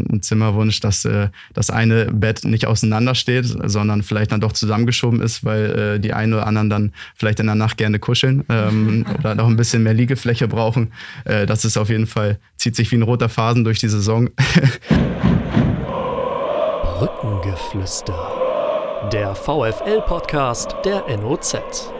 ein Zimmerwunsch, dass das eine Bett nicht auseinander steht, sondern vielleicht dann doch zusammengeschoben ist, weil die einen oder anderen dann vielleicht in der Nacht gerne kuscheln oder noch ein bisschen mehr Liegefläche brauchen. Das ist auf jeden Fall, zieht sich wie ein roter Faden durch die Saison. Brückengeflüster, der VfL-Podcast der NOZ.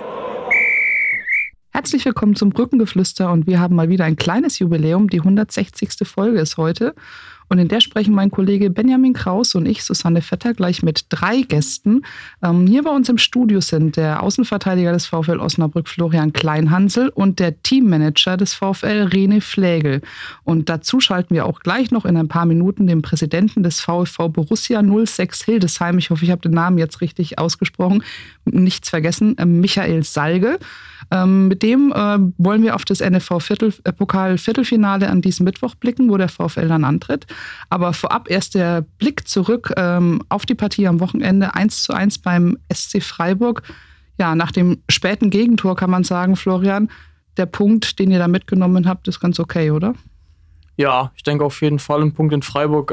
Herzlich willkommen zum Brückengeflüster und wir haben mal wieder ein kleines Jubiläum. Die 160. Folge ist heute und in der sprechen mein Kollege Benjamin Kraus und ich, Susanne Vetter, gleich mit 3 Gästen. Hier bei uns im Studio sind der Außenverteidiger des VfL Osnabrück Florian Kleinhansel und der Teammanager des VfL René Flägel. Und dazu schalten wir auch gleich noch in ein paar Minuten den Präsidenten des VfV Borussia 06 Hildesheim, ich hoffe, ich habe den Namen jetzt richtig ausgesprochen, nichts vergessen, Michael Salge. Mit dem wollen wir auf das NFV-Pokal-Viertelfinale an diesem Mittwoch blicken, wo der VfL dann antritt. Aber vorab erst der Blick zurück auf die Partie am Wochenende 1:1 beim SC Freiburg. Ja, nach dem späten Gegentor kann man sagen, Florian, der Punkt, den ihr da mitgenommen habt, ist ganz okay, oder? Ja, ich denke auf jeden Fall, ein Punkt in Freiburg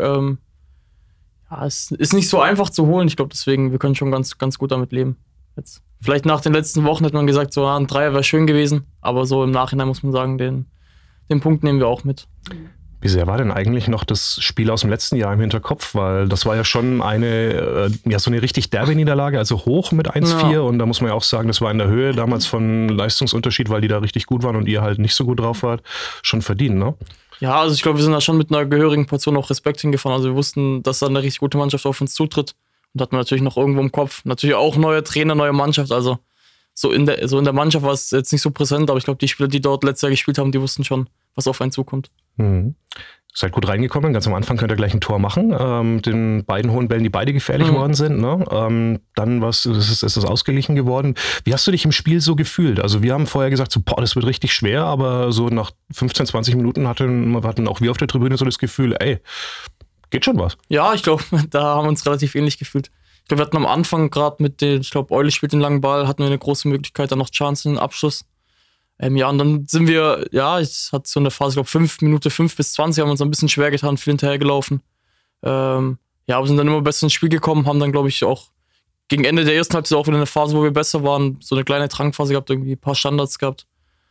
es ist nicht so einfach zu holen. Ich glaube, deswegen, wir können schon ganz, ganz gut damit leben. Jetzt. Vielleicht nach den letzten Wochen hätte man gesagt, so ein Dreier wäre schön gewesen, aber so im Nachhinein muss man sagen, den Punkt nehmen wir auch mit. Wie sehr war denn eigentlich noch das Spiel aus dem letzten Jahr im Hinterkopf? Weil das war ja schon so eine richtig derbe Niederlage, also hoch mit 1:4 ja. Und da muss man ja auch sagen, das war in der Höhe damals von Leistungsunterschied, weil die da richtig gut waren und ihr halt nicht so gut drauf wart, schon verdient, ne? Ja, also ich glaube, wir sind da schon mit einer gehörigen Portion auch Respekt hingefahren. Also wir wussten, dass da eine richtig gute Mannschaft auf uns zutritt. Und hat man natürlich noch irgendwo im Kopf. Natürlich auch neuer Trainer, neue Mannschaft. Also so in der Mannschaft war es jetzt nicht so präsent, aber ich glaube, die Spieler, die dort letztes Jahr gespielt haben, die wussten schon, was auf einen zukommt. Mhm. Seid gut reingekommen. Ganz am Anfang könnt ihr gleich ein Tor machen. Mit den beiden hohen Bällen, die beide gefährlich worden sind. Ne? Dann ist es ausgeglichen geworden. Wie hast du dich im Spiel so gefühlt? Also wir haben vorher gesagt, so, das wird richtig schwer, aber so nach 15, 20 Minuten hatten auch wir auf der Tribüne so das Gefühl, geht schon was. Ja, ich glaube, da haben wir uns relativ ähnlich gefühlt. Ich glaube, wir hatten am Anfang gerade mit dem, ich glaube, Eule spielt den langen Ball, hatten wir eine große Möglichkeit, dann noch Chance in den Abschluss. Und dann sind wir, es hat so eine Phase, ich glaube 5 bis 20, haben wir uns ein bisschen schwer getan, viel hinterhergelaufen. Aber sind dann immer besser ins Spiel gekommen, haben dann, glaube ich, auch gegen Ende der ersten Halbzeit auch wieder eine Phase, wo wir besser waren, so eine kleine Drangphase gehabt, irgendwie ein paar Standards gehabt.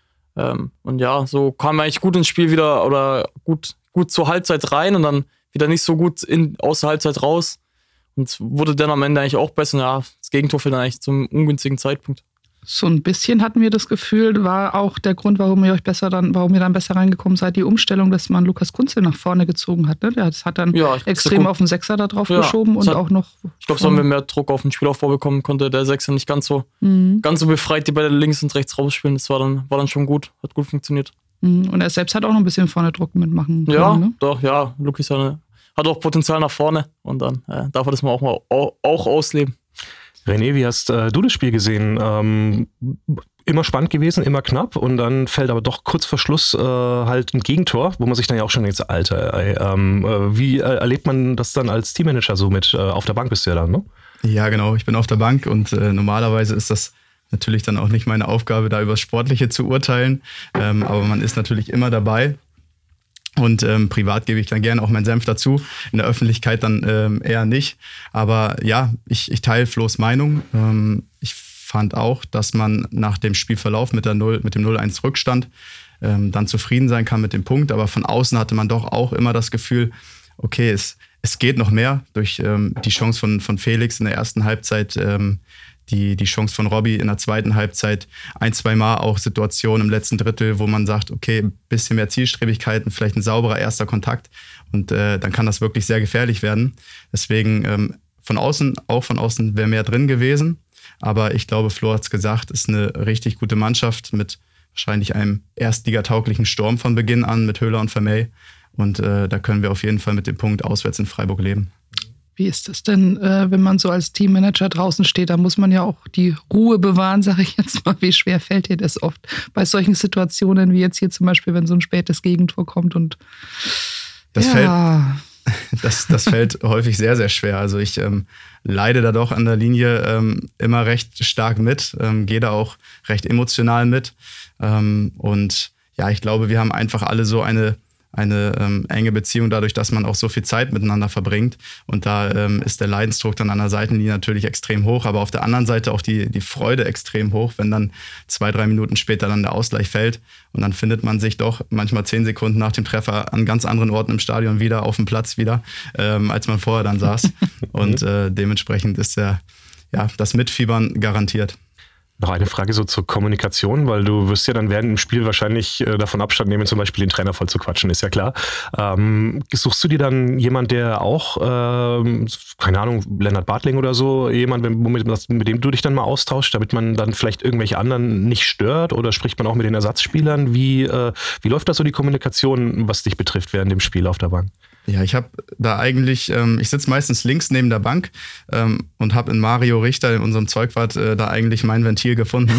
So kamen wir eigentlich gut ins Spiel wieder oder gut zur Halbzeit rein und dann wieder nicht so gut aus der Halbzeit raus und wurde dann am Ende eigentlich auch besser. Ja, das Gegentor fällt dann eigentlich zum ungünstigen Zeitpunkt. So ein bisschen hatten wir das Gefühl, war auch der Grund, warum ihr dann besser reingekommen seid, die Umstellung, dass man Lukas Kunzel nach vorne gezogen hat. Ne? Das hat dann extrem auf den Sechser da drauf geschoben und auch noch. Ich glaube, so haben wir mehr Druck auf den Spielaufbau bekommen, konnte der Sechser nicht ganz so befreit, die beide links und rechts rausspielen. Das war dann schon gut, hat gut funktioniert. Und er selbst hat auch noch ein bisschen vorne Druck mitmachen können. Ja, ne? Doch, ja. Lukas hat auch Potenzial nach vorne und dann darf er das mal auch ausleben. René, wie hast du das Spiel gesehen? Immer spannend gewesen, immer knapp und dann fällt aber doch kurz vor Schluss halt ein Gegentor, wo man sich dann ja auch schon denkt, Alter, wie erlebt man das dann als Teammanager so mit auf der Bank bist du ja dann, ne? Ja, genau, ich bin auf der Bank und normalerweise ist das natürlich dann auch nicht meine Aufgabe, da über das Sportliche zu urteilen, aber man ist natürlich immer dabei. Und privat gebe ich dann gerne auch meinen Senf dazu, in der Öffentlichkeit dann eher nicht. Aber ja, ich teile Flo's Meinung. Ich fand auch, dass man nach dem Spielverlauf mit dem 0:1 Rückstand dann zufrieden sein kann mit dem Punkt. Aber von außen hatte man doch auch immer das Gefühl, okay, es geht noch mehr durch die Chance von Felix in der ersten Halbzeit, die Chance von Robby in der zweiten Halbzeit, 1-2 Mal auch Situationen im letzten Drittel, wo man sagt, okay, ein bisschen mehr Zielstrebigkeiten, vielleicht ein sauberer erster Kontakt und dann kann das wirklich sehr gefährlich werden. Deswegen von außen wäre mehr drin gewesen, aber ich glaube, Flo hat es gesagt, ist eine richtig gute Mannschaft mit wahrscheinlich einem erstligatauglichen Sturm von Beginn an mit Höhler und Vermey und da können wir auf jeden Fall mit dem Punkt auswärts in Freiburg leben. Wie ist das denn, wenn man so als Teammanager draußen steht? Da muss man ja auch die Ruhe bewahren, sage ich jetzt mal. Wie schwer fällt dir das oft bei solchen Situationen wie jetzt hier zum Beispiel, wenn so ein spätes Gegentor kommt? Und das fällt häufig sehr, sehr schwer. Also ich leide da doch an der Linie immer recht stark mit, gehe da auch recht emotional mit. Und ja, ich glaube, wir haben einfach alle so eine eine enge Beziehung dadurch, dass man auch so viel Zeit miteinander verbringt. Und da ist der Leidensdruck dann an der Seitenlinie natürlich extrem hoch, aber auf der anderen Seite auch die Freude extrem hoch, wenn dann 2-3 Minuten später dann der Ausgleich fällt und dann findet man sich doch manchmal 10 Sekunden nach dem Treffer an ganz anderen Orten im Stadion wieder, auf dem Platz wieder, als man vorher dann saß. Und dementsprechend ist das Mitfiebern garantiert. Noch eine Frage so zur Kommunikation, weil du wirst ja dann während dem Spiel wahrscheinlich davon Abstand nehmen, zum Beispiel den Trainer voll zu quatschen, ist ja klar. Suchst du dir dann jemand, der auch, keine Ahnung, Lennart Bartling oder so, jemand, mit dem du dich dann mal austauschst, damit man dann vielleicht irgendwelche anderen nicht stört, oder spricht man auch mit den Ersatzspielern? Wie läuft das so die Kommunikation, was dich betrifft während dem Spiel auf der Bank? Ja, ich habe da eigentlich, ich sitze meistens links neben der Bank und habe in Mario Richter, in unserem Zeugwart, da eigentlich mein Ventil gefunden.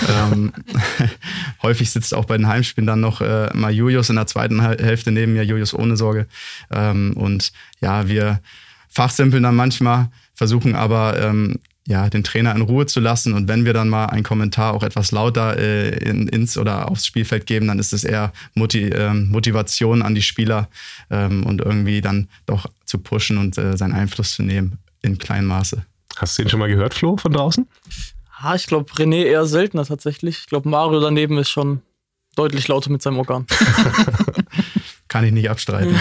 Häufig sitzt auch bei den Heimspielen dann noch mal Julius in der zweiten Hälfte neben mir, Julius ohne Sorge. Und ja, wir fachsimpeln dann manchmal, versuchen aber den Trainer in Ruhe zu lassen, und wenn wir dann mal einen Kommentar auch etwas lauter ins oder aufs Spielfeld geben, dann ist es eher Motivation an die Spieler und irgendwie dann doch zu pushen und seinen Einfluss zu nehmen in kleinem Maße. Hast du den schon mal gehört, Flo, von draußen? Ich glaube, René eher seltener tatsächlich. Ich glaube, Mario daneben ist schon deutlich lauter mit seinem Organ. Kann ich nicht abstreiten.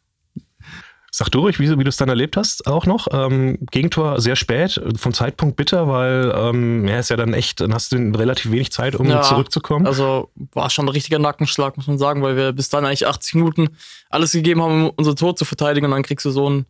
Sag du ruhig, wie du es dann erlebt hast, auch noch. Gegentor sehr spät, vom Zeitpunkt bitter, weil ist ja dann echt, dann hast du relativ wenig Zeit, um zurückzukommen. Also war schon ein richtiger Nackenschlag, muss man sagen, weil wir bis dann eigentlich 80 Minuten alles gegeben haben, um unser Tor zu verteidigen, und dann kriegst du so ein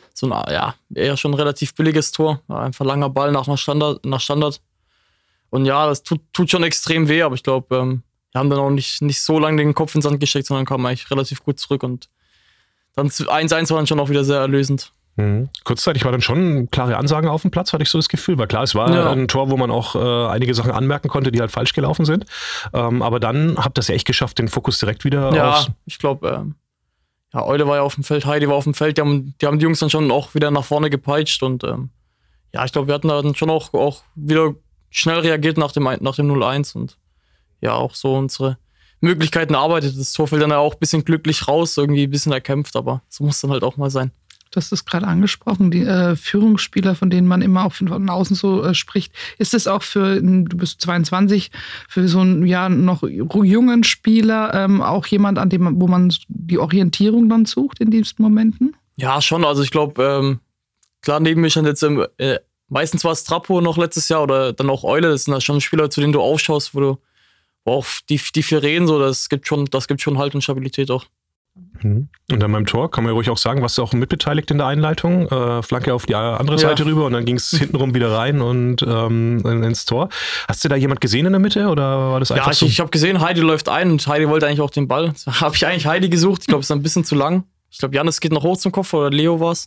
eher schon relativ billiges Tor. Einfach langer Ball nach Standard. Und ja, das tut schon extrem weh, aber ich glaube, wir haben dann auch nicht so lange den Kopf in den Sand gesteckt, sondern kamen eigentlich relativ gut zurück, und dann 1-1 war dann schon auch wieder sehr erlösend. Kurzzeitig war dann schon klare Ansagen auf dem Platz, hatte ich so das Gefühl. Weil klar, es war ein Tor, wo man auch einige Sachen anmerken konnte, die halt falsch gelaufen sind. Aber dann habt ihr es ja echt geschafft, den Fokus direkt wieder auf... Ja, ich glaube, Eule war ja auf dem Feld, Heidi war auf dem Feld. Die haben die Jungs dann schon auch wieder nach vorne gepeitscht. Und ich glaube, wir hatten dann schon auch wieder schnell reagiert nach dem 0-1. Und ja, auch so unsere Möglichkeiten erarbeitet. Das Tor fällt dann ja auch ein bisschen glücklich raus, irgendwie ein bisschen erkämpft, aber so muss dann halt auch mal sein. Du hast es gerade angesprochen, die Führungsspieler, von denen man immer auch von außen so spricht. Ist es auch du bist 22, für so einen noch jungen Spieler auch jemand, wo man die Orientierung dann sucht in diesen Momenten? Ja, schon. Also ich glaube, klar, neben mir stand jetzt meistens war es Trapo noch letztes Jahr oder dann auch Eule. Das sind ja schon Spieler, zu denen du aufschaust, wo auch die viel reden, so, das gibt schon Halt und Stabilität auch. Und dann beim Tor kann man ja ruhig auch sagen, warst du auch mitbeteiligt in der Einleitung, Flanke auf die andere Seite rüber, und dann ging es hintenrum wieder rein und ins Tor. Hast du da jemand gesehen in der Mitte, oder war das einfach so? Ich habe gesehen, Heidi läuft ein, und Heidi wollte eigentlich auch den Ball. Habe ich eigentlich Heidi gesucht, ich glaube, es ist ein bisschen zu lang. Ich glaube, Janis geht noch hoch zum Kopf, oder Leo war es.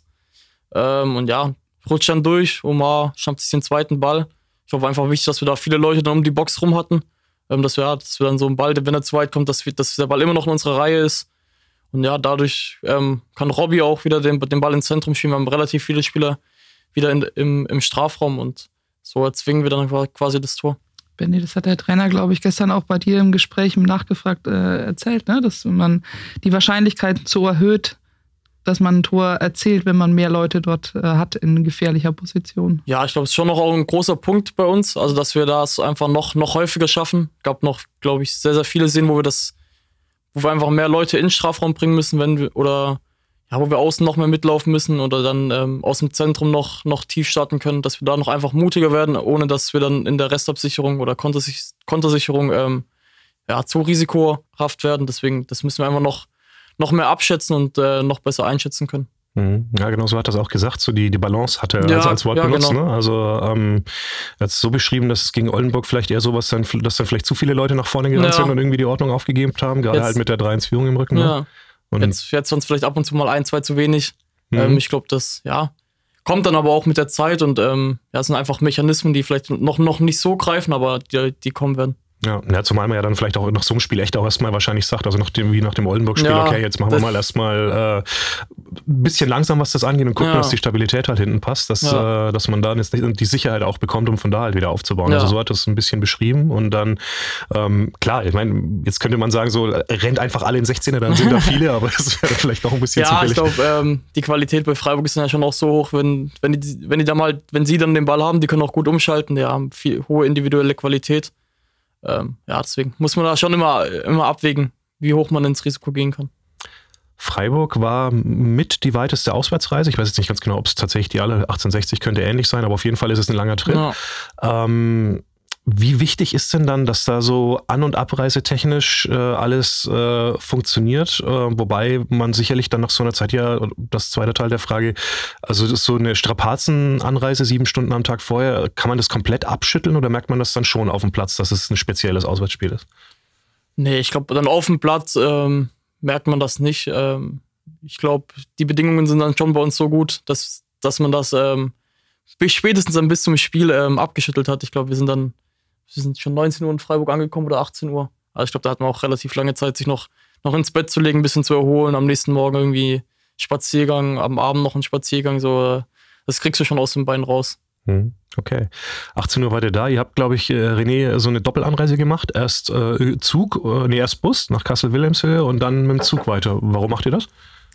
Und rutscht dann durch, Omar schnappt sich den zweiten Ball. Ich glaube, einfach wichtig, dass wir da viele Leute dann um die Box rum hatten. Dass wir dann so einen Ball, wenn er zu weit kommt, dass der Ball immer noch in unserer Reihe ist. Und ja, dadurch kann Robby auch wieder den Ball ins Zentrum spielen. Wir haben relativ viele Spieler wieder im Strafraum, und so erzwingen wir dann quasi das Tor. Benni, das hat der Trainer, glaube ich, gestern auch bei dir im Gespräch Nachgefragt erzählt, ne? Dass man die Wahrscheinlichkeit so erhöht, dass man ein Tor erzielt, wenn man mehr Leute dort hat in gefährlicher Position. Ja, ich glaube, es ist schon noch auch ein großer Punkt bei uns, also dass wir das einfach noch häufiger schaffen. Es gab noch, glaube ich, sehr, sehr viele Szenen, wo wir einfach mehr Leute in den Strafraum bringen müssen, wo wir außen noch mehr mitlaufen müssen oder dann aus dem Zentrum noch tief starten können, dass wir da noch einfach mutiger werden, ohne dass wir dann in der Restabsicherung oder Kontersicherung zu risikohaft werden. Deswegen, das müssen wir einfach noch mehr abschätzen und noch besser einschätzen können. Ja, genau so hat er es auch gesagt, so die Balance hat er als Wort benutzt. Genau. Ne? Also er hat es so beschrieben, dass es gegen Oldenburg vielleicht eher sowas dass dann vielleicht zu viele Leute nach vorne gerannt sind und irgendwie die Ordnung aufgegeben haben, gerade halt mit der 3-1-Führung im Rücken. Ja. Ne? Und jetzt sonst vielleicht ab und zu mal 1-2 zu wenig. Ich glaube, das kommt dann aber auch mit der Zeit, und es sind einfach Mechanismen, die vielleicht noch nicht so greifen, aber die kommen werden. Ja, zumal man ja dann vielleicht auch nach so einem Spiel echt auch erstmal wahrscheinlich sagt, also wie nach dem Oldenburg-Spiel, okay, jetzt machen wir mal erstmal ein bisschen langsam, was das angeht und gucken, dass die Stabilität halt hinten passt, dass man da jetzt die Sicherheit auch bekommt, um von da halt wieder aufzubauen. Also so hat das ein bisschen beschrieben und dann, klar, ich meine, jetzt könnte man sagen, so rennt einfach alle in 16er, dann sind da viele, aber das wäre vielleicht auch ein bisschen zu billig. Ja, ich glaube, die Qualität bei Freiburg ist dann ja schon auch so hoch, wenn sie dann den Ball haben, die können auch gut umschalten, die haben hohe individuelle Qualität. Deswegen muss man da schon immer abwägen, wie hoch man ins Risiko gehen kann. Freiburg war mit die weiteste Auswärtsreise. Ich weiß jetzt nicht ganz genau, ob es tatsächlich die alle 1860 könnte ähnlich sein, aber auf jeden Fall ist es ein langer Trip. Ja. Wie wichtig ist denn dann, dass da so An- und Abreisetechnisch alles funktioniert? Wobei man sicherlich dann nach so einer Zeit das zweite Teil der Frage, also das ist so eine Strapazenanreise 7 Stunden am Tag vorher, kann man das komplett abschütteln oder merkt man das dann schon auf dem Platz, dass es ein spezielles Auswärtsspiel ist? Nee, ich glaube, dann auf dem Platz merkt man das nicht. Ich glaube, die Bedingungen sind dann schon bei uns so gut, dass man das spätestens dann bis zum Spiel abgeschüttelt hat. Ich glaube, wir sind schon 19 Uhr in Freiburg angekommen oder 18 Uhr. Also ich glaube, da hat man auch relativ lange Zeit, sich noch ins Bett zu legen, ein bisschen zu erholen. Am nächsten Morgen irgendwie Spaziergang, am Abend noch ein Spaziergang. So, das kriegst du schon aus dem Bein raus. Okay. 18 Uhr war ihr da. Ihr habt, glaube ich, René, so eine Doppelanreise gemacht. Erst erst Bus nach Kassel-Wilhelmshöhe und dann mit dem Zug weiter. Warum macht ihr das?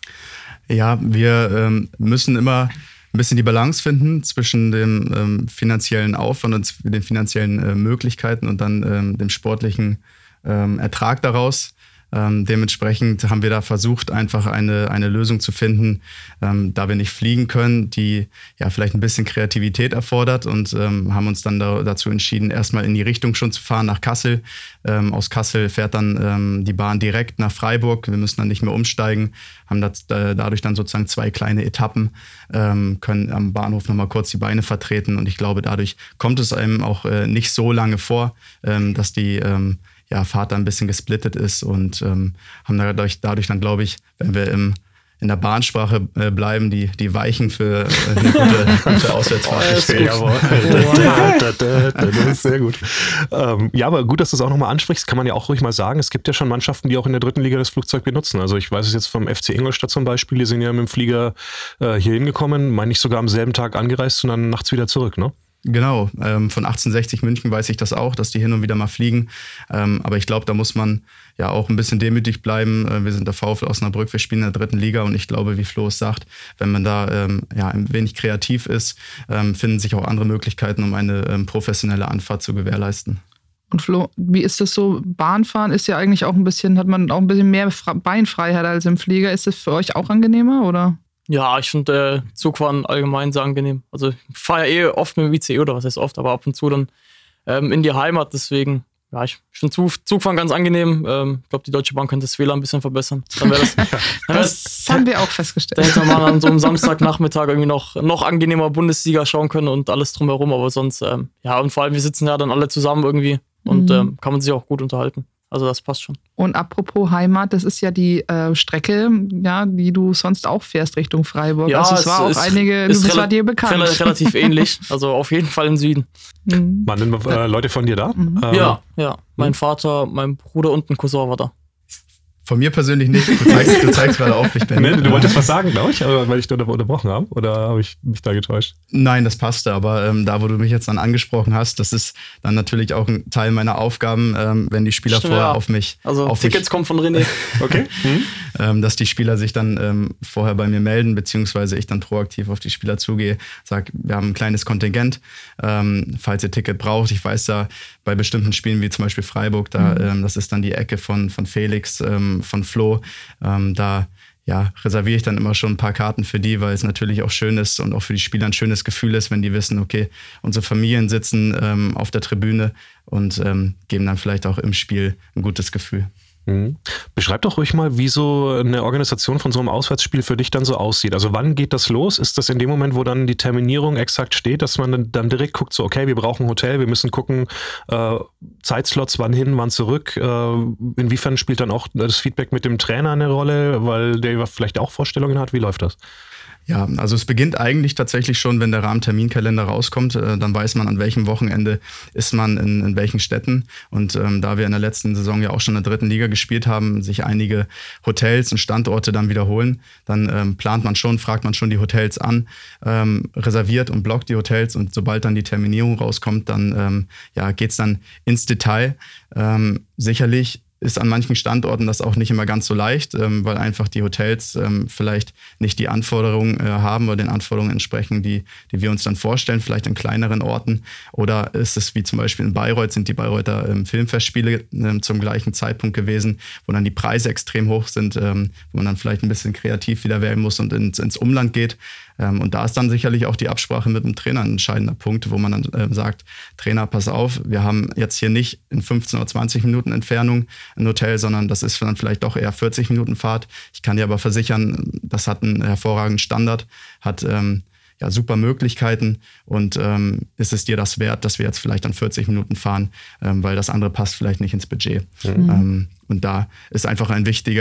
Ja, wir müssen immer ein bisschen die Balance finden zwischen dem finanziellen Aufwand und den finanziellen Möglichkeiten und dann dem sportlichen Ertrag daraus. Dementsprechend haben wir da versucht, einfach eine Lösung zu finden, da wir nicht fliegen können, die ja vielleicht ein bisschen Kreativität erfordert und haben uns dann dazu entschieden, erstmal in die Richtung schon zu fahren nach Kassel. Aus Kassel fährt dann die Bahn direkt nach Freiburg. Wir müssen dann nicht mehr umsteigen, haben dadurch dann sozusagen 2 kleine Etappen, können am Bahnhof nochmal kurz die Beine vertreten und ich glaube, dadurch kommt es einem auch nicht so lange vor, dass die Fahrt da ein bisschen gesplittet ist und haben dadurch dann, glaube ich, wenn wir in der Bahnsprache bleiben, die Weichen für eine gute Auswärtsfahrt gestellt. Jawohl. Das ist sehr gut. Ja, aber gut, dass du es auch nochmal ansprichst, kann man ja auch ruhig mal sagen. Es gibt ja schon Mannschaften, die auch in der 3. Liga das Flugzeug benutzen. Also ich weiß es jetzt vom FC Ingolstadt zum Beispiel, die sind ja mit dem Flieger hier hingekommen, meine ich sogar am selben Tag angereist und dann nachts wieder zurück, ne? Genau, von 1860 München weiß ich das auch, dass die hin und wieder mal fliegen. Aber ich glaube, da muss man ja auch ein bisschen demütig bleiben. Wir sind der VfL Osnabrück, wir spielen in der 3. Liga und ich glaube, wie Flo es sagt, wenn man da ein wenig kreativ ist, finden sich auch andere Möglichkeiten, um eine professionelle Anfahrt zu gewährleisten. Und Flo, wie ist das so? Bahnfahren ist ja eigentlich auch hat man auch ein bisschen mehr Beinfreiheit als im Flieger. Ist das für euch auch angenehmer, oder? Ja, ich finde Zugfahren allgemein sehr angenehm. Also ich fahre ja oft mit dem ICE oder was heißt oft, aber ab und zu dann in die Heimat. Deswegen, ja, ich finde Zugfahren ganz angenehm. Ich glaube, die Deutsche Bahn könnte das WLAN ein bisschen verbessern. Dann wäre das haben wir auch festgestellt. Da hätte man an so einem Samstagnachmittag irgendwie noch angenehmer Bundesliga schauen können und alles drumherum. Aber sonst, und vor allem, wir sitzen ja dann alle zusammen irgendwie und kann man sich auch gut unterhalten. Also das passt schon. Und apropos Heimat, das ist ja die Strecke, die du sonst auch fährst Richtung Freiburg. Ja, also es war auch das war dir bekannt. Relativ ähnlich, also auf jeden Fall im Süden. Waren denn Leute von dir da? Ja. Mein Vater, mein Bruder und ein Cousin war da. Von mir persönlich nicht. Du zeigst gerade auf mich, Ben. Du wolltest was sagen, glaube ich, weil ich da unterbrochen habe. Oder habe ich mich da getäuscht? Nein, das passte. Aber da, wo du mich jetzt dann angesprochen hast, das ist dann natürlich auch ein Teil meiner Aufgaben, wenn die Spieler vorher auf mich... Also Tickets kommen von René. Okay. Dass die Spieler sich dann vorher bei mir melden, beziehungsweise ich dann proaktiv auf die Spieler zugehe, sage, wir haben ein kleines Kontingent, falls ihr Ticket braucht. Ich weiß ja, bei bestimmten Spielen wie zum Beispiel Freiburg, das ist dann die Ecke von Felix, von Flo, da reserviere ich dann immer schon ein paar Karten für die, weil es natürlich auch schön ist und auch für die Spieler ein schönes Gefühl ist, wenn die wissen, okay, unsere Familien sitzen auf der Tribüne und geben dann vielleicht auch im Spiel ein gutes Gefühl. Beschreib doch ruhig mal, wie so eine Organisation von so einem Auswärtsspiel für dich dann so aussieht. Also wann geht das los? Ist das in dem Moment, wo dann die Terminierung exakt steht, dass man dann direkt guckt, so okay, wir brauchen ein Hotel, wir müssen gucken, Zeitslots, wann hin, wann zurück. Inwiefern spielt dann auch das Feedback mit dem Trainer eine Rolle, weil der vielleicht auch Vorstellungen hat? Wie läuft das? Ja, also es beginnt eigentlich tatsächlich schon, wenn der Rahmenterminkalender rauskommt, dann weiß man, an welchem Wochenende ist man in welchen Städten. Und da wir in der letzten Saison ja auch schon in der 3. Liga gespielt haben, sich einige Hotels und Standorte dann wiederholen, dann fragt man schon die Hotels an, reserviert und blockt die Hotels, und sobald dann die Terminierung rauskommt, dann geht's dann ins Detail. Sicherlich ist an manchen Standorten das auch nicht immer ganz so leicht, weil einfach die Hotels vielleicht nicht die Anforderungen haben oder den Anforderungen entsprechen, die wir uns dann vorstellen, vielleicht in kleineren Orten. Oder ist es wie zum Beispiel in Bayreuth, sind die Bayreuther Filmfestspiele zum gleichen Zeitpunkt gewesen, wo dann die Preise extrem hoch sind, wo man dann vielleicht ein bisschen kreativ wieder werden muss und ins Umland geht. Und da ist dann sicherlich auch die Absprache mit dem Trainer ein entscheidender Punkt, wo man dann sagt, Trainer, pass auf, wir haben jetzt hier nicht in 15 oder 20 Minuten Entfernung ein Hotel, sondern das ist dann vielleicht doch eher 40 Minuten Fahrt. Ich kann dir aber versichern, das hat einen hervorragenden Standard, hat super Möglichkeiten, und ist es dir das wert, dass wir jetzt vielleicht dann 40 Minuten fahren, weil das andere passt vielleicht nicht ins Budget. Und da ist einfach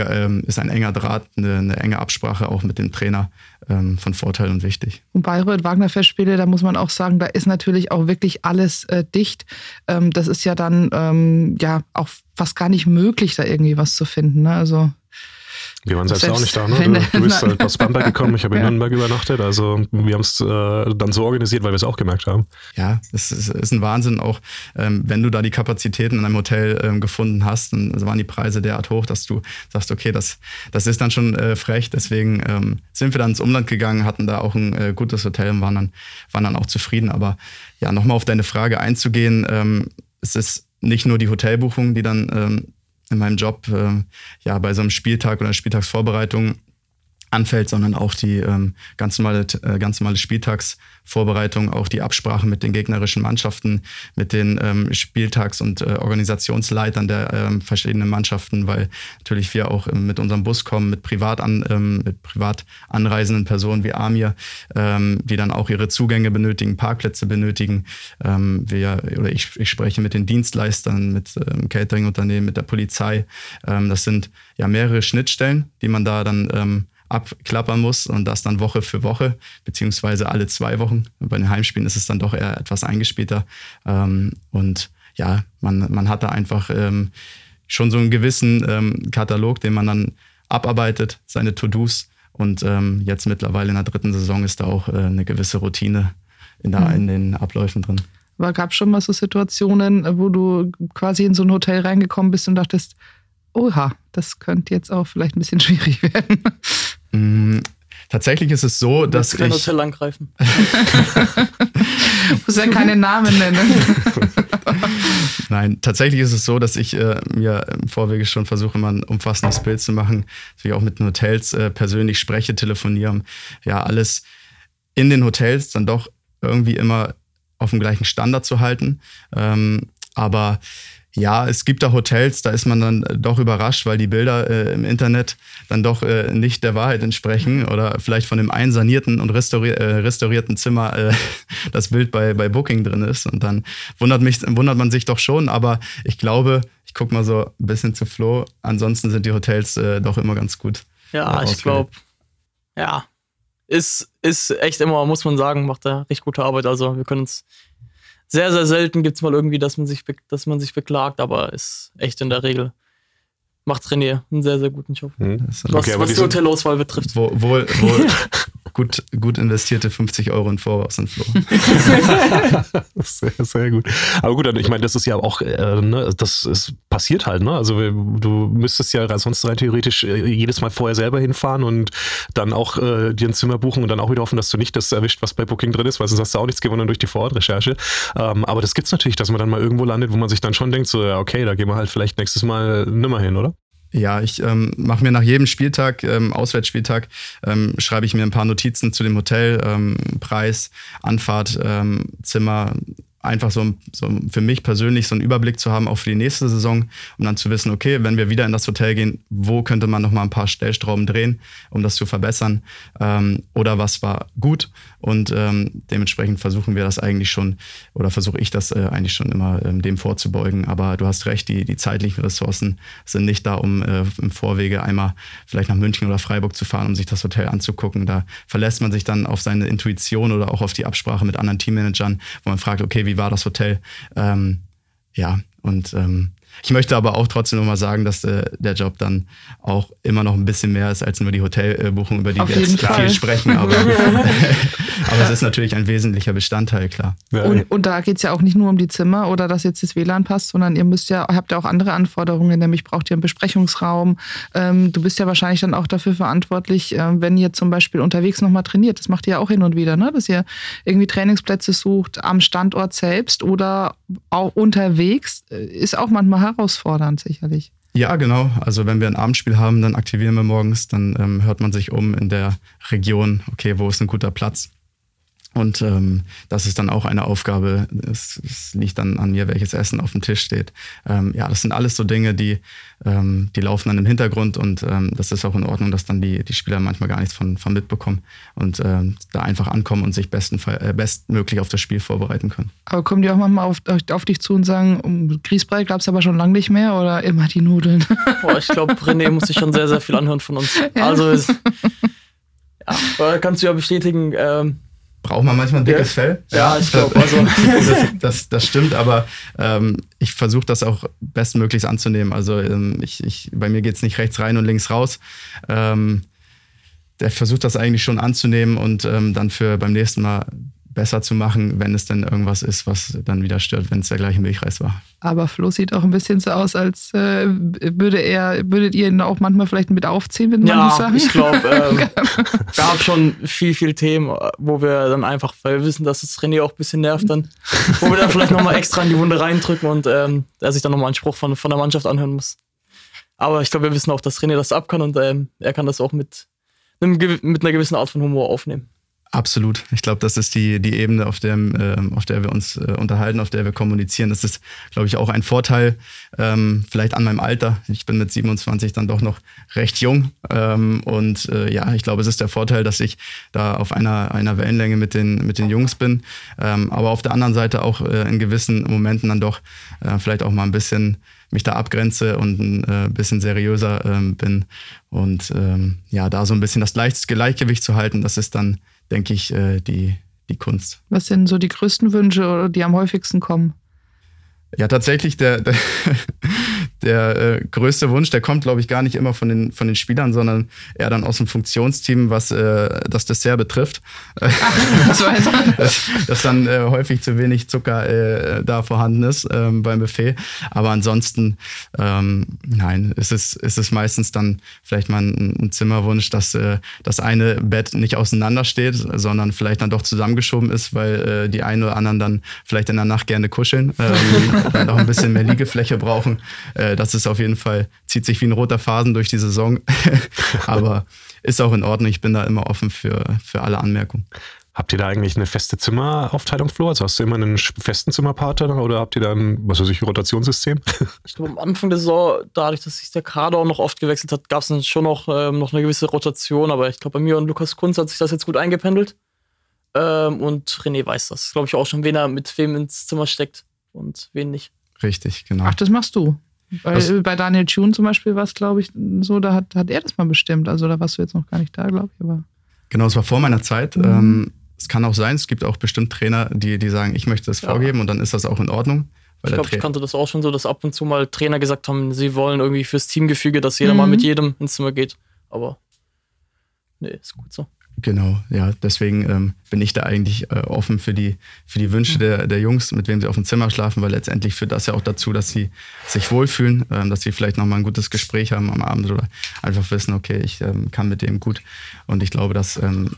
ist ein enger Draht, eine enge Absprache auch mit dem Trainer von Vorteil und wichtig. Und Bayreuth, Wagner-Festspiele, da muss man auch sagen, da ist natürlich auch wirklich alles dicht. Das ist ja dann auch fast gar nicht möglich, da irgendwie was zu finden. Ne? Also wir waren selbst auch nicht da, ne? Du bist halt aus Bamberg gekommen, ich habe in Nürnberg übernachtet. Also wir haben es dann so organisiert, weil wir es auch gemerkt haben. Ja, es ist ein Wahnsinn auch, wenn du da die Kapazitäten in einem Hotel gefunden hast, dann waren die Preise derart hoch, dass du sagst, okay, das ist dann schon frech. Deswegen sind wir dann ins Umland gegangen, hatten da auch ein gutes Hotel und waren dann auch zufrieden. Aber ja, nochmal auf deine Frage einzugehen, es ist nicht nur die Hotelbuchung, die dann in meinem Job bei so einem Spieltag oder Spieltagsvorbereitung anfällt, sondern auch die ganz normale Spieltagsvorbereitung, auch die Absprache mit den gegnerischen Mannschaften, mit den Spieltags- und Organisationsleitern der verschiedenen Mannschaften, weil natürlich wir auch mit unserem Bus kommen, mit privat anreisenden Personen wie Amir, die dann auch ihre Zugänge benötigen, Parkplätze benötigen. Ich spreche mit den Dienstleistern, mit Catering-Unternehmen, mit der Polizei. Das sind ja mehrere Schnittstellen, die man da dann abklappern muss, und das dann Woche für Woche, beziehungsweise alle 2 Wochen. Bei den Heimspielen ist es dann doch eher etwas eingespielter. Und ja, man hat da einfach schon so einen gewissen Katalog, den man dann abarbeitet, seine To-Dos. Und jetzt mittlerweile in der 3. Saison ist da auch eine gewisse Routine in den Abläufen drin. Aber gab es schon mal so Situationen, wo du quasi in so ein Hotel reingekommen bist und dachtest, oha, das könnte jetzt auch vielleicht ein bisschen schwierig werden? Tatsächlich ist es so, dass kein Hotel angreifen. Muss ja keine Namen nennen. Nein, tatsächlich ist es so, dass ich mir im Vorwege schon versuche, mal ein umfassendes Bild zu machen, dass ich auch mit den Hotels persönlich spreche, telefoniere. Ja, alles in den Hotels dann doch irgendwie immer auf dem gleichen Standard zu halten. Aber ja, es gibt da Hotels, da ist man dann doch überrascht, weil die Bilder im Internet dann doch nicht der Wahrheit entsprechen oder vielleicht von dem einsanierten und restaurierten Zimmer das Bild bei Booking drin ist. Und dann wundert man sich doch schon, aber ich glaube, ich gucke mal so ein bisschen zu Flo, ansonsten sind die Hotels doch immer ganz gut. Ja, ich glaube, ja, ist echt immer, muss man sagen, macht da richtig gute Arbeit. Also wir können uns sehr, sehr selten gibt es mal irgendwie, dass man sich beklagt, aber ist echt in der Regel macht René einen sehr, sehr guten Job. Was die Hotelauswahl betrifft. Wohl gut investierte 50 € in Voraus und Flo. Sehr, sehr gut. Aber gut, ich meine, das ist ja auch, passiert halt, ne? Also du müsstest ja sonst rein theoretisch jedes Mal vorher selber hinfahren und dann auch dir ein Zimmer buchen und dann auch wieder hoffen, dass du nicht das erwischt, was bei Booking drin ist, weil sonst hast du auch nichts gewonnen durch die Vorortrecherche. Aber das gibt's natürlich, dass man dann mal irgendwo landet, wo man sich dann schon denkt, so, ja, okay, da gehen wir halt vielleicht nächstes Mal nimmer hin, oder? Ja, ich mache mir nach jedem Spieltag, Auswärtsspieltag, schreibe ich mir ein paar Notizen zu dem Hotel, Preis, Anfahrt, Zimmer, einfach so für mich persönlich so einen Überblick zu haben, auch für die nächste Saison, um dann zu wissen, okay, wenn wir wieder in das Hotel gehen, wo könnte man nochmal ein paar Stellschrauben drehen, um das zu verbessern, oder was war gut, und dementsprechend versuchen wir das eigentlich schon, oder versuche ich das eigentlich schon immer dem vorzubeugen, aber du hast recht, die zeitlichen Ressourcen sind nicht da, um im Vorwege einmal vielleicht nach München oder Freiburg zu fahren, um sich das Hotel anzugucken. Da verlässt man sich dann auf seine Intuition oder auch auf die Absprache mit anderen Teammanagern, wo man fragt, okay, wie war das Hotel? Ich möchte aber auch trotzdem nochmal sagen, dass der Job dann auch immer noch ein bisschen mehr ist als nur die Hotelbuchung, über die wir jetzt viel sprechen. Aber es ist natürlich ein wesentlicher Bestandteil, klar. Und da geht es ja auch nicht nur um die Zimmer oder dass jetzt das WLAN passt, sondern habt ja auch andere Anforderungen, nämlich braucht ihr einen Besprechungsraum. Du bist ja wahrscheinlich dann auch dafür verantwortlich, wenn ihr zum Beispiel unterwegs nochmal trainiert. Das macht ihr ja auch hin und wieder, ne? Dass ihr irgendwie Trainingsplätze sucht am Standort selbst oder auch unterwegs. Ist auch manchmal herausfordernd, sicherlich. Ja, genau. Also wenn wir ein Abendspiel haben, dann aktivieren wir morgens, dann hört man sich um in der Region, okay, wo ist ein guter Platz? Und das ist dann auch eine Aufgabe. Es liegt dann an mir, welches Essen auf dem Tisch steht. Das sind alles so Dinge, die laufen dann im Hintergrund, und das ist auch in Ordnung, dass dann die Spieler manchmal gar nichts von mitbekommen und da einfach ankommen und sich bestmöglich auf das Spiel vorbereiten können. Aber kommen die auch manchmal auf dich zu und sagen, Grießbrei gab es aber schon lange nicht mehr, oder immer die Nudeln? Ich glaube, René muss sich schon sehr, sehr viel anhören von uns. Ja. Also kannst du ja bestätigen, braucht man manchmal ein dickes Fell? Ja, ich glaube. Also. Das stimmt, aber ich versuche das auch bestmöglichst anzunehmen. Also bei mir geht es nicht rechts rein und links raus. Der versucht das eigentlich schon anzunehmen und dann beim nächsten Mal besser zu machen, wenn es denn irgendwas ist, was dann wieder stört, wenn es der gleiche Milchreis war. Aber Flo sieht auch ein bisschen so aus, als würdet ihr ihn auch manchmal vielleicht mit aufziehen mit manchen Sachen? Ja, ich glaube, gab schon viel Themen, wo wir dann einfach, weil wir wissen, dass es René auch ein bisschen nervt, dann, wo wir dann vielleicht nochmal extra in die Wunde reindrücken und er sich dann nochmal einen Spruch von der Mannschaft anhören muss. Aber ich glaube, wir wissen auch, dass René das ab kann, und er kann das auch mit einer gewissen Art von Humor aufnehmen. Absolut. Ich glaube, das ist die Ebene, auf der wir uns unterhalten, auf der wir kommunizieren. Das ist, glaube ich, auch ein Vorteil, vielleicht an meinem Alter. Ich bin mit 27 dann doch noch recht jung. Ich glaube, es ist der Vorteil, dass ich da auf einer Wellenlänge mit den Jungs bin. Aber auf der anderen Seite auch in gewissen Momenten dann doch vielleicht auch mal ein bisschen mich da abgrenze und ein bisschen seriöser bin. Und da so ein bisschen das Gleichgewicht zu halten, das ist dann, denke ich, die Kunst. Was sind so die größten Wünsche, oder die am häufigsten kommen? Ja, tatsächlich der größte Wunsch, der kommt, glaube ich, gar nicht immer von den Spielern, sondern eher dann aus dem Funktionsteam, was das Dessert betrifft. Dass dann häufig zu wenig Zucker da vorhanden ist beim Buffet. Aber ansonsten, nein, es ist meistens dann vielleicht mal ein Zimmerwunsch, dass das eine Bett nicht auseinander steht, sondern vielleicht dann doch zusammengeschoben ist, weil die einen oder anderen dann vielleicht in der Nacht gerne kuscheln. Dann noch ein bisschen mehr Liegefläche brauchen. Das ist auf jeden Fall, zieht sich wie ein roter Faden durch die Saison. Aber ist auch in Ordnung. Ich bin da immer offen für alle Anmerkungen. Habt ihr da eigentlich eine feste Zimmeraufteilung, Flo? Also hast du immer einen festen Zimmerpartner oder habt ihr da ein Rotationssystem? Ich glaube, am Anfang der Saison, dadurch, dass sich der Kader auch noch oft gewechselt hat, gab es dann schon noch eine gewisse Rotation. Aber ich glaube, bei mir und Lukas Kunz hat sich das jetzt gut eingependelt. Und René weiß das, glaube ich, auch schon, wen er mit wem ins Zimmer steckt und wen nicht. Richtig, genau. Ach, das machst du? Bei Daniel Thune zum Beispiel war es, glaube ich, so, da hat er das mal bestimmt. Also da warst du jetzt noch gar nicht da, glaube ich. Aber genau, es war vor meiner Zeit. Es kann auch sein, es gibt auch bestimmt Trainer, die sagen, ich möchte das vorgeben, und dann ist das auch in Ordnung. Ich glaube, ich kannte das auch schon so, dass ab und zu mal Trainer gesagt haben, sie wollen irgendwie fürs Teamgefüge, dass jeder mal mit jedem ins Zimmer geht. Aber nee, ist gut so. Genau, ja, deswegen bin ich da eigentlich offen für die Wünsche der Jungs, mit wem sie auf dem Zimmer schlafen, weil letztendlich führt das ja auch dazu, dass sie sich wohlfühlen, dass sie vielleicht nochmal ein gutes Gespräch haben am Abend oder einfach wissen, okay, ich kann mit dem gut. Und ich glaube, das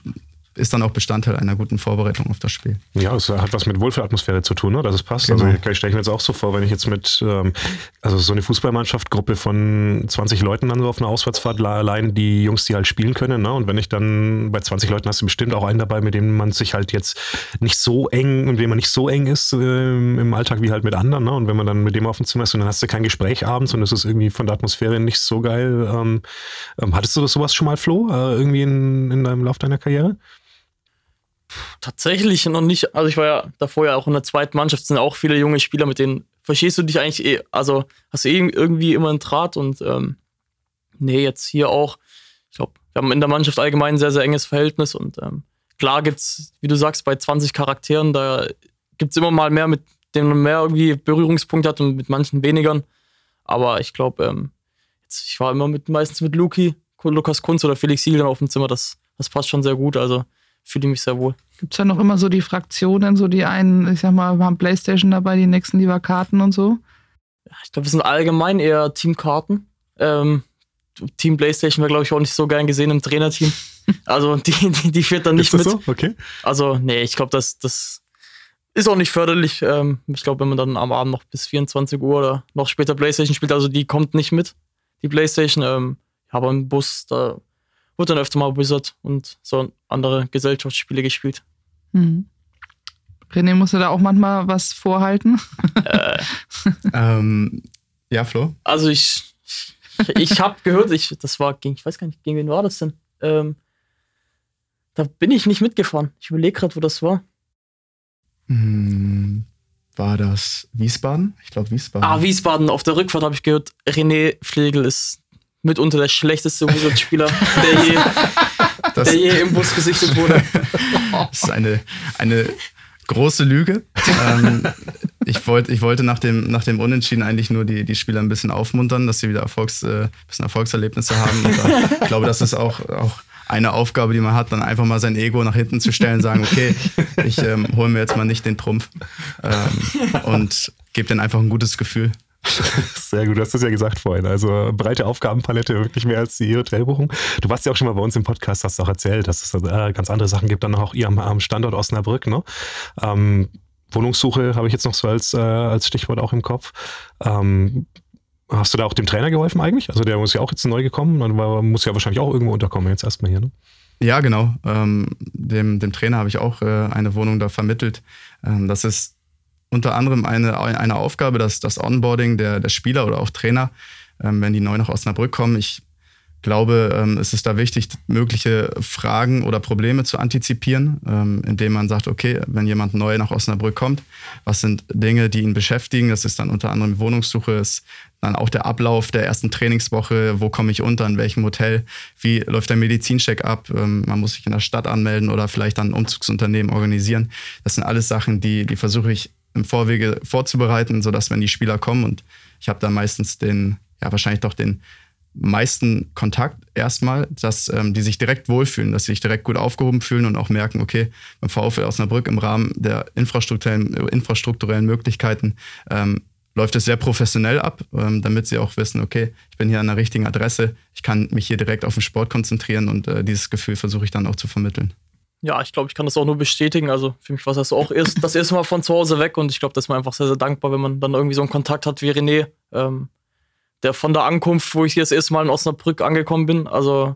ist dann auch Bestandteil einer guten Vorbereitung auf das Spiel. Ja, es hat was mit Wohlfühlatmosphäre zu tun, ne? Dass es passt. Genau. Also ich stelle mir jetzt auch so vor, wenn ich jetzt mit also so eine Fußballmannschaft, Gruppe von 20 Leuten dann so auf einer Auswärtsfahrt allein die Jungs, die halt spielen können, ne? Und wenn ich dann bei 20 Leuten hast du bestimmt auch einen dabei, mit dem man sich halt jetzt nicht so eng und dem man nicht so eng ist im Alltag wie halt mit anderen, ne? Und wenn man dann mit dem auf dem Zimmer ist und dann hast du kein Gespräch abends und es ist irgendwie von der Atmosphäre nicht so geil. Hattest du sowas schon mal, Flo, irgendwie in deinem Lauf deiner Karriere? Tatsächlich noch nicht. Also ich war ja davor ja auch in der zweiten Mannschaft, sind auch viele junge Spieler, mit denen verstehst du dich eigentlich also hast du irgendwie immer einen Draht und jetzt hier auch. Ich glaube, wir haben in der Mannschaft allgemein ein sehr, sehr enges Verhältnis und klar gibt's, wie du sagst, bei 20 Charakteren, da gibt's immer mal mehr, mit denen man mehr irgendwie Berührungspunkte hat und mit manchen wenigern. Aber ich glaube, ich war immer meistens mit Lukas Kunz oder Felix Siegel auf dem Zimmer, das passt schon sehr gut, also fühle ich mich sehr wohl. Gibt es ja noch immer so die Fraktionen, so die einen, ich sag mal, haben Playstation dabei, die nächsten lieber Karten und so? Ich glaube, wir sind allgemein eher Teamkarten. Team Playstation wäre, glaube ich, auch nicht so gern gesehen im Trainerteam. Also die führt dann nicht ist das mit. So? Okay. Also nee, ich glaube, das ist auch nicht förderlich. Ich glaube, wenn man dann am Abend noch bis 24 Uhr oder noch später Playstation spielt, also die kommt nicht mit, die Playstation. Aber im Bus, da wird dann öfter mal Wizard und so andere Gesellschaftsspiele gespielt. Mhm. René, musst du da auch manchmal was vorhalten? Ja, Flo? Also ich habe gehört, das war ich weiß gar nicht, gegen wen war das denn? Da bin ich nicht mitgefahren. Ich überlege gerade, wo das war. War das Wiesbaden? Ich glaube Wiesbaden. Wiesbaden. Auf der Rückfahrt habe ich gehört, René Flegel ist mitunter der schlechteste Wizard-Spieler, der je im Bus gesichtet wurde. Das ist eine große Lüge. Ich wollte nach dem Unentschieden eigentlich nur die Spieler ein bisschen aufmuntern, dass sie wieder bisschen Erfolgserlebnisse haben. Und ich glaube, das ist auch eine Aufgabe, die man hat, dann einfach mal sein Ego nach hinten zu stellen, sagen, okay, ich hole mir jetzt mal nicht den Trumpf und gebe denen einfach ein gutes Gefühl. Sehr gut, du hast das ja gesagt vorhin. Also breite Aufgabenpalette, wirklich mehr als die Hotelbuchung. Du warst ja auch schon mal bei uns im Podcast, hast du auch erzählt, dass es ganz andere Sachen gibt, dann auch ihr am Standort Osnabrück. Ne? Wohnungssuche habe ich jetzt noch so als Stichwort auch im Kopf. Hast du da auch dem Trainer geholfen eigentlich? Also der muss ja auch jetzt neu gekommen, man muss ja wahrscheinlich auch irgendwo unterkommen jetzt erstmal hier, ne? Ja, genau. Dem Trainer habe ich auch eine Wohnung da vermittelt. Das ist unter anderem eine Aufgabe, das Onboarding der Spieler oder auch Trainer, wenn die neu nach Osnabrück kommen. Ich glaube, es ist da wichtig, mögliche Fragen oder Probleme zu antizipieren, indem man sagt, okay, wenn jemand neu nach Osnabrück kommt, was sind Dinge, die ihn beschäftigen? Das ist dann unter anderem Wohnungssuche, ist dann auch der Ablauf der ersten Trainingswoche, wo komme ich unter, in welchem Hotel, wie läuft der Medizincheck ab, man muss sich in der Stadt anmelden oder vielleicht dann ein Umzugsunternehmen organisieren. Das sind alles Sachen, die versuche ich im Vorwege vorzubereiten, sodass, wenn die Spieler kommen, und ich habe da meistens wahrscheinlich doch den meisten Kontakt erstmal, dass die sich direkt wohlfühlen, dass sie sich direkt gut aufgehoben fühlen und auch merken, okay, beim VfL Osnabrück im Rahmen der infrastrukturellen Möglichkeiten läuft es sehr professionell ab, damit sie auch wissen, okay, ich bin hier an der richtigen Adresse, ich kann mich hier direkt auf den Sport konzentrieren und dieses Gefühl versuche ich dann auch zu vermitteln. Ja, ich glaube, ich kann das auch nur bestätigen. Also für mich war das auch das erste Mal von zu Hause weg und ich glaube, das ist mir einfach sehr, sehr dankbar, wenn man dann irgendwie so einen Kontakt hat wie René, der von der Ankunft, wo ich das erste Mal in Osnabrück angekommen bin, also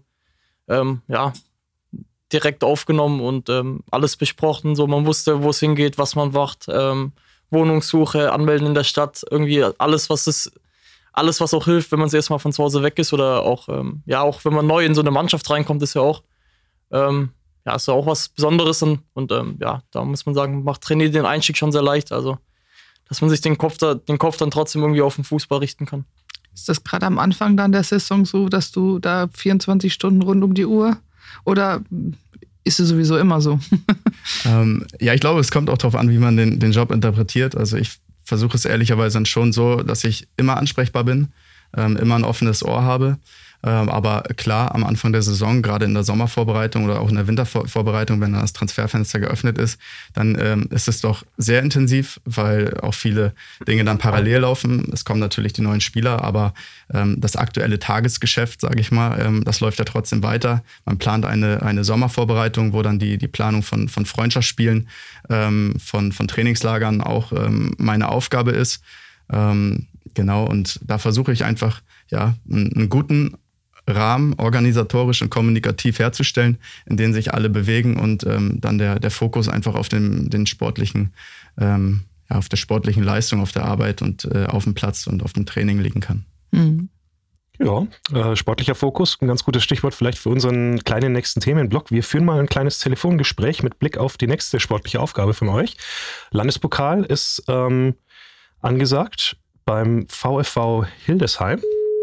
direkt aufgenommen und alles besprochen. So, man wusste, wo es hingeht, was man macht, Wohnungssuche, Anmelden in der Stadt, irgendwie alles, was auch hilft, wenn man das erste Mal von zu Hause weg ist oder auch, auch wenn man neu in so eine Mannschaft reinkommt, ist ja auch ist ja auch was Besonderes und da muss man sagen, macht René den Einstieg schon sehr leicht, also dass man sich den Kopf dann trotzdem irgendwie auf den Fußball richten kann. Ist das gerade am Anfang dann der Saison so, dass du da 24 Stunden rund um die Uhr oder ist es sowieso immer so? Ich glaube, es kommt auch darauf an, wie man den Job interpretiert. Also ich versuche es ehrlicherweise dann schon so, dass ich immer ansprechbar bin, immer ein offenes Ohr habe. Aber klar, am Anfang der Saison, gerade in der Sommervorbereitung oder auch in der Wintervorbereitung, wenn dann das Transferfenster geöffnet ist, dann ist es doch sehr intensiv, weil auch viele Dinge dann parallel laufen. Es kommen natürlich die neuen Spieler, aber das aktuelle Tagesgeschäft, sage ich mal, das läuft ja trotzdem weiter. Man plant eine Sommervorbereitung, wo dann die Planung von Freundschaftsspielen, von Trainingslagern auch meine Aufgabe ist. Genau, und da versuche ich einfach einen guten Rahmen organisatorisch und kommunikativ herzustellen, in den sich alle bewegen und dann der Fokus einfach auf den sportlichen, auf der sportlichen Leistung, auf der Arbeit und auf dem Platz und auf dem Training liegen kann. Mhm. Ja, sportlicher Fokus, ein ganz gutes Stichwort vielleicht für unseren kleinen nächsten Themenblock. Wir führen mal ein kleines Telefongespräch mit Blick auf die nächste sportliche Aufgabe von euch. Landespokal ist angesagt beim VfV Hildesheim.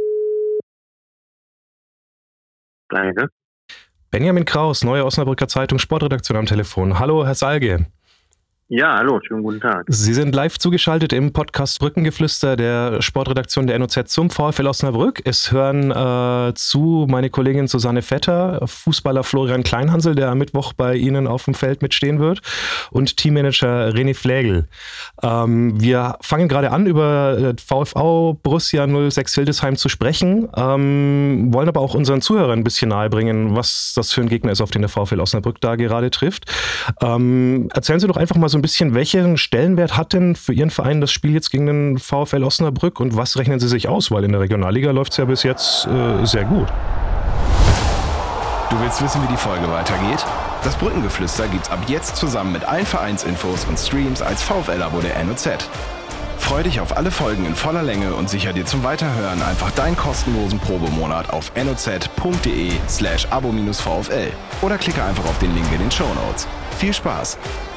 Danke. Benjamin Kraus, Neue Osnabrücker Zeitung, Sportredaktion am Telefon. Hallo, Herr Salge. Ja, hallo, schönen guten Tag. Sie sind live zugeschaltet im Podcast Brückengeflüster der Sportredaktion der NOZ zum VfL Osnabrück. Es hören zu meine Kollegin Susanne Vetter, Fußballer Florian Kleinhansel, der am Mittwoch bei Ihnen auf dem Feld mitstehen wird, und Teammanager René Flägel. Wir fangen gerade an, über VfV Borussia 06 Hildesheim zu sprechen, wollen aber auch unseren Zuhörern ein bisschen nahebringen, was das für ein Gegner ist, auf den der VfL Osnabrück da gerade trifft. Erzählen Sie doch einfach mal so ein bisschen, welchen Stellenwert hat denn für Ihren Verein das Spiel jetzt gegen den VfL Osnabrück und was rechnen Sie sich aus? Weil in der Regionalliga läuft es ja bis jetzt sehr gut. Du willst wissen, wie die Folge weitergeht? Das Brückengeflüster gibt's ab jetzt zusammen mit allen Vereinsinfos und Streams als VfL-Abo der NOZ. Freu dich auf alle Folgen in voller Länge und sicher dir zum Weiterhören einfach deinen kostenlosen Probemonat auf noz.de/abo-VfL oder klicke einfach auf den Link in den Shownotes. Viel Spaß!